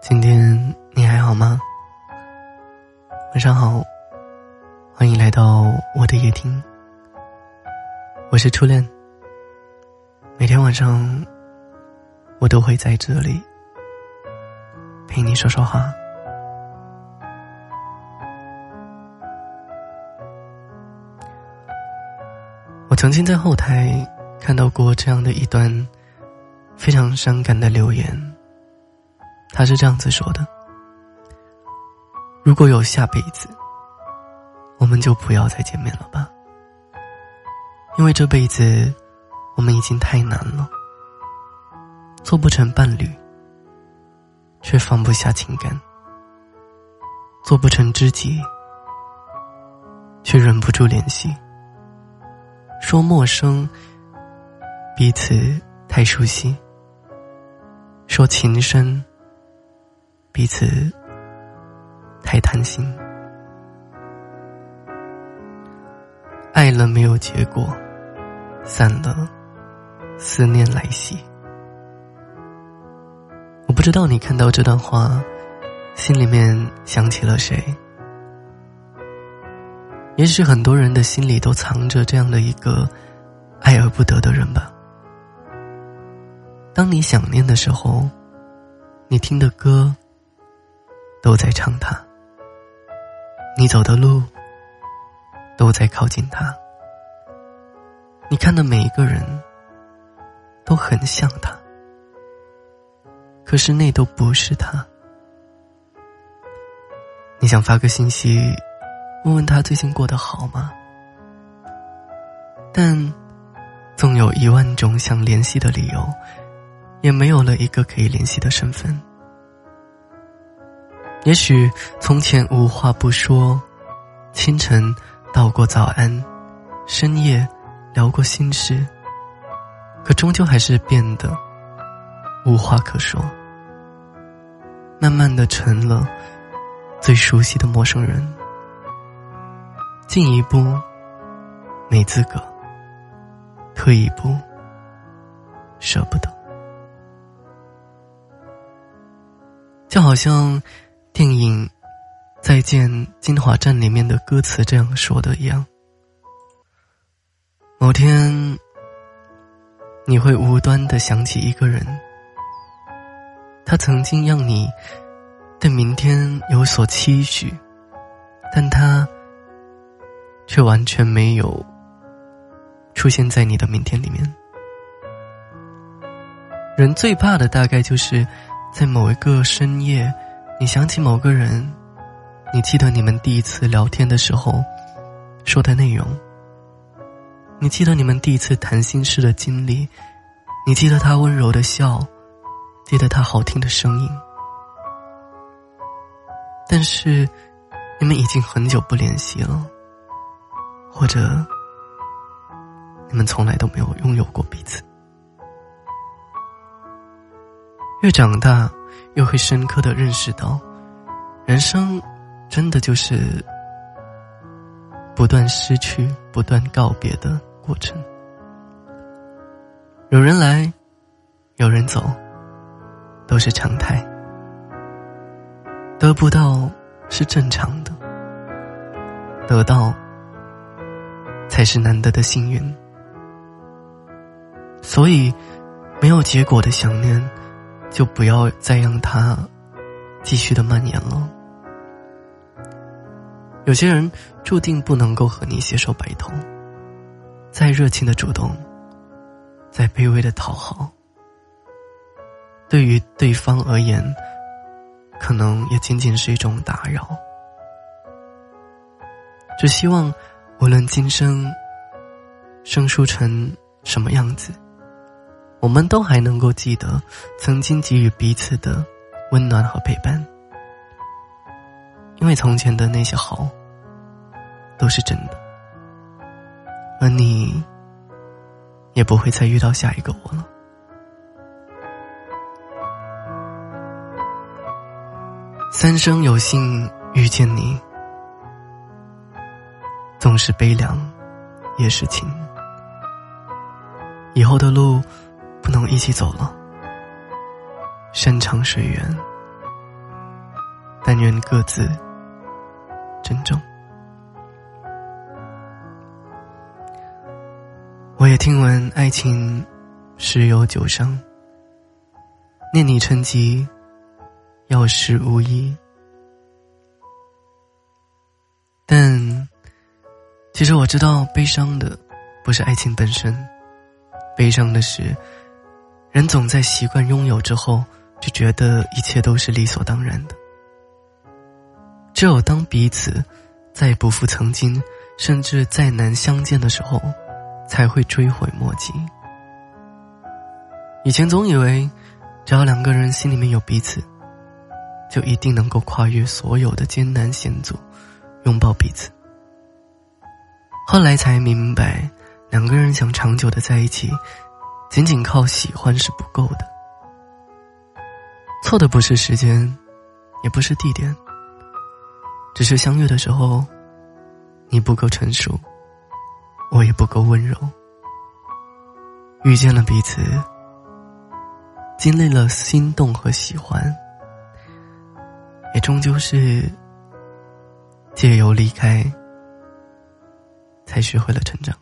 今天你还好吗？晚上好，欢迎来到我的夜听，我是初恋。每天晚上我都会在这里陪你说说话。我曾经在后台看到过这样的一段非常伤感的留言，他是这样子说的：如果有下辈子，我们就不要再见面了吧，因为这辈子我们已经太难了，做不成伴侣，却放不下情感，做不成知己，却忍不住联系，说陌生，彼此太熟悉，说情深，彼此太贪心。爱了没有结果，散了思念来袭。我不知道你看到这段话心里面想起了谁，也许很多人的心里都藏着这样的一个爱而不得的人吧。当你想念的时候，你听的歌都在唱他，你走的路都在靠近他，你看的每一个人都很像他，可是那都不是他。你想发个信息问问他最近过得好吗？但总有10000种想联系的理由，也没有了一个可以联系的身份。也许从前无话不说，清晨道过早安，深夜聊过心事，可终究还是变得无话可说，慢慢地成了最熟悉的陌生人。进一步没资格，退一步舍不得。就好像电影《再见金华站》里面的歌词这样说的一样，某天你会无端地想起一个人，他曾经让你对明天有所期许，但他却完全没有出现在你的明天里面。人最怕的大概就是在某一个深夜，你想起某个人，你记得你们第一次聊天的时候说的内容，你记得你们第一次谈心事的经历，你记得他温柔的笑，记得他好听的声音，但是你们已经很久不联系了，或者你们从来都没有拥有过彼此。越长大越会深刻地认识到，人生真的就是不断失去不断告别的过程。有人来有人走都是常态，得不到是正常的，得到才是难得的幸运。所以没有结果的想念，就不要再让它继续的蔓延了。有些人注定不能够和你携手白头，再热情的主动，再卑微的讨好，对于对方而言可能也仅仅是一种打扰。只希望无论今生生疏成什么样子，我们都还能够记得曾经给予彼此的温暖和陪伴，因为从前的那些好都是真的，而你也不会再遇到下一个我了。三生有幸遇见你，纵是悲凉也是情，以后的路不能一起走了，山长水远但愿各自珍重。我也听闻爱情十有九伤，念你成疾，药石无医。但其实我知道，悲伤的不是爱情本身，悲伤的是人总在习惯拥有之后，就觉得一切都是理所当然的。只有当彼此再不复曾经，甚至再难相见的时候，才会追悔莫及。以前总以为只要两个人心里面有彼此，就一定能够跨越所有的艰难险阻，拥抱彼此。后来才明白，两个人想长久的在一起，仅仅靠喜欢是不够的。错的不是时间，也不是地点，只是相遇的时候，你不够成熟，我也不够温柔。遇见了彼此，经历了心动和喜欢，也终究是借由离开，才学会了成长。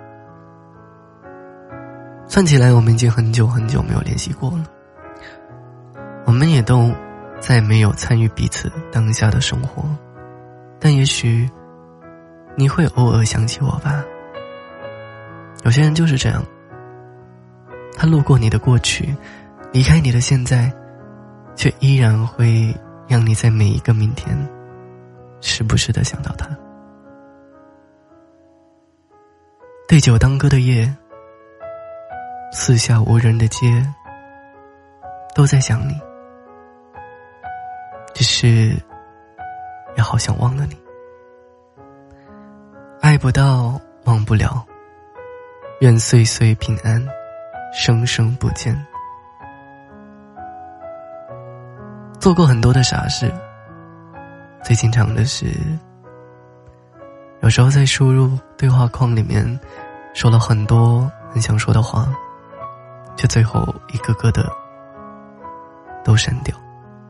算起来，我们已经很久很久没有联系过了，我们也都再没有参与彼此当下的生活，但也许你会偶尔想起我吧。有些人就是这样，他路过你的过去，离开你的现在，却依然会让你在每一个明天时不时地想到他。对酒当歌的夜，四下无人的街，都在想你，只是也好想忘了你。爱不到，忘不了，愿岁岁平安，生生不见。做过很多的傻事，最经常的是有时候在输入对话框里面说了很多很想说的话，却最后一个个的都删掉。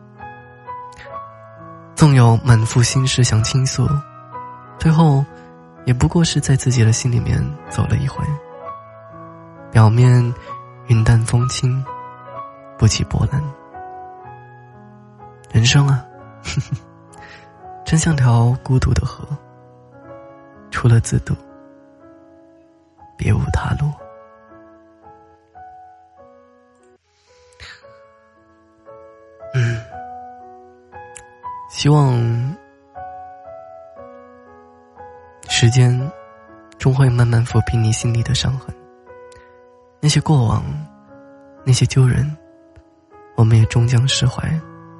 纵有满腹心事想倾诉，最后也不过是在自己的心里面走了一回，表面云淡风轻，不起波澜。人生啊，真像条孤独的河，除了自渡，别无他路。希望时间终会慢慢抚平你心里的伤痕，那些过往，那些旧人，我们也终将释怀。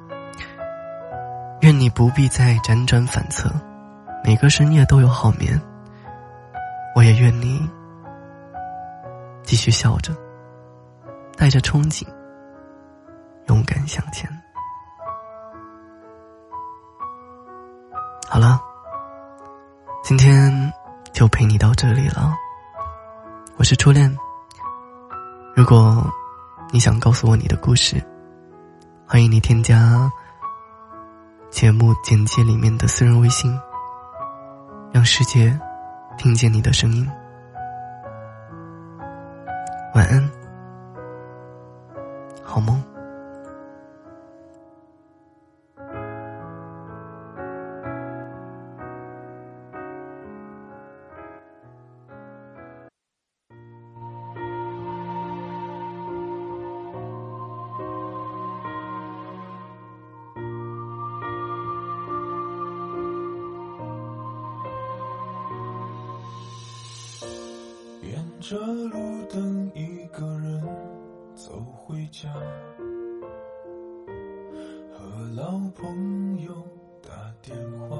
愿你不必再辗转反侧，每个深夜都有好眠。我也愿你继续笑着，带着憧憬，勇敢向前。好了，今天就陪你到这里了。我是初恋，如果你想告诉我你的故事，欢迎你添加节目简介里面的私人微信，让世界听见你的声音。晚安，好梦。 沿着路灯一个人走回家，和老朋友打电话。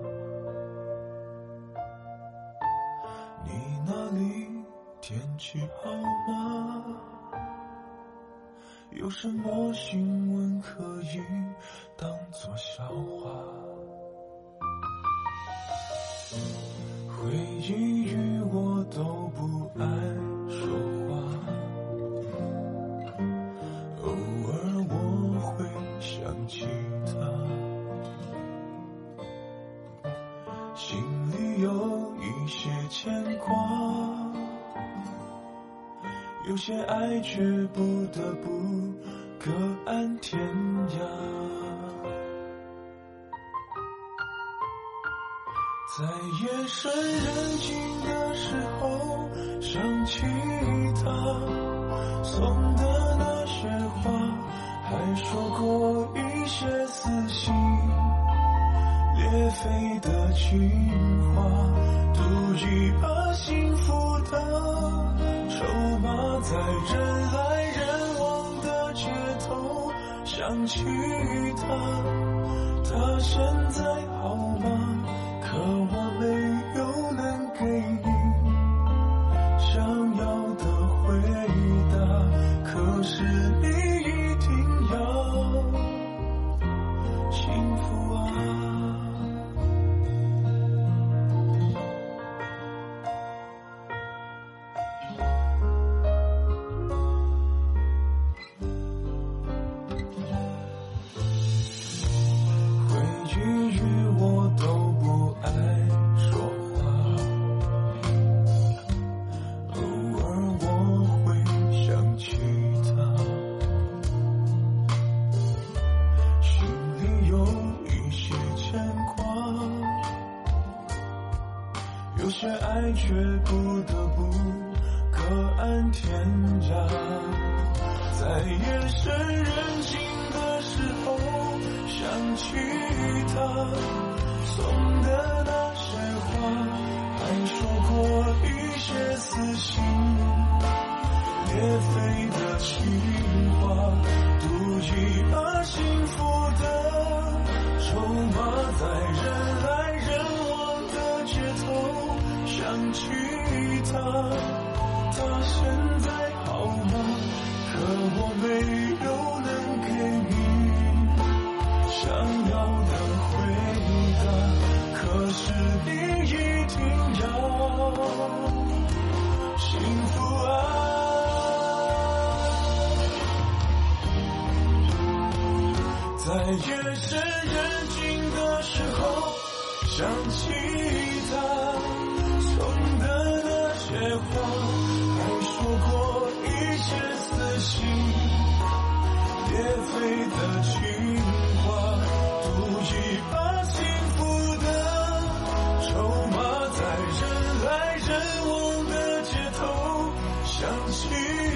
你那里天气好吗？有什么新闻可以当作笑话？回忆与我都不爱说话，偶尔我会想起他。 有些爱却不得不各安天涯。在夜深人静的时候想起他送的那些话，还说过一些撕心裂肺的情话，赌一把幸福的筹码，在人来人往的街头想起他现在好吗？可我没有能给你想要的回答，可是你一定要幸福啊。回忆与我都不爱说话，偶尔我会想起他，心里有一些牵挂，有些爱却不得不各安天涯。在夜深人静的时候想起他送的那些话，还说过一些撕心裂肺的情话，赌一把幸福的筹码，在人来人往的街头想起他现在好吗？可我没有能给你想要的回答，可是你一定要幸福啊。在夜深人静的时候想起他送的那些话，还说过一些撕心裂肺的情话，赌一把幸福的筹码，在人来人往的街头想起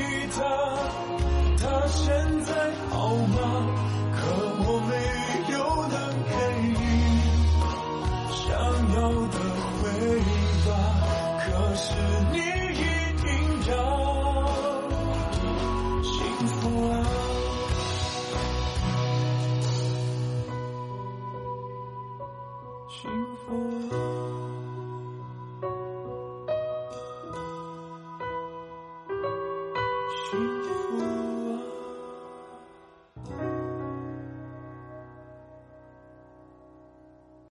他现在好吗？可我没有能给你想要的回答，可是你一定要幸福啊。幸福啊，幸福啊。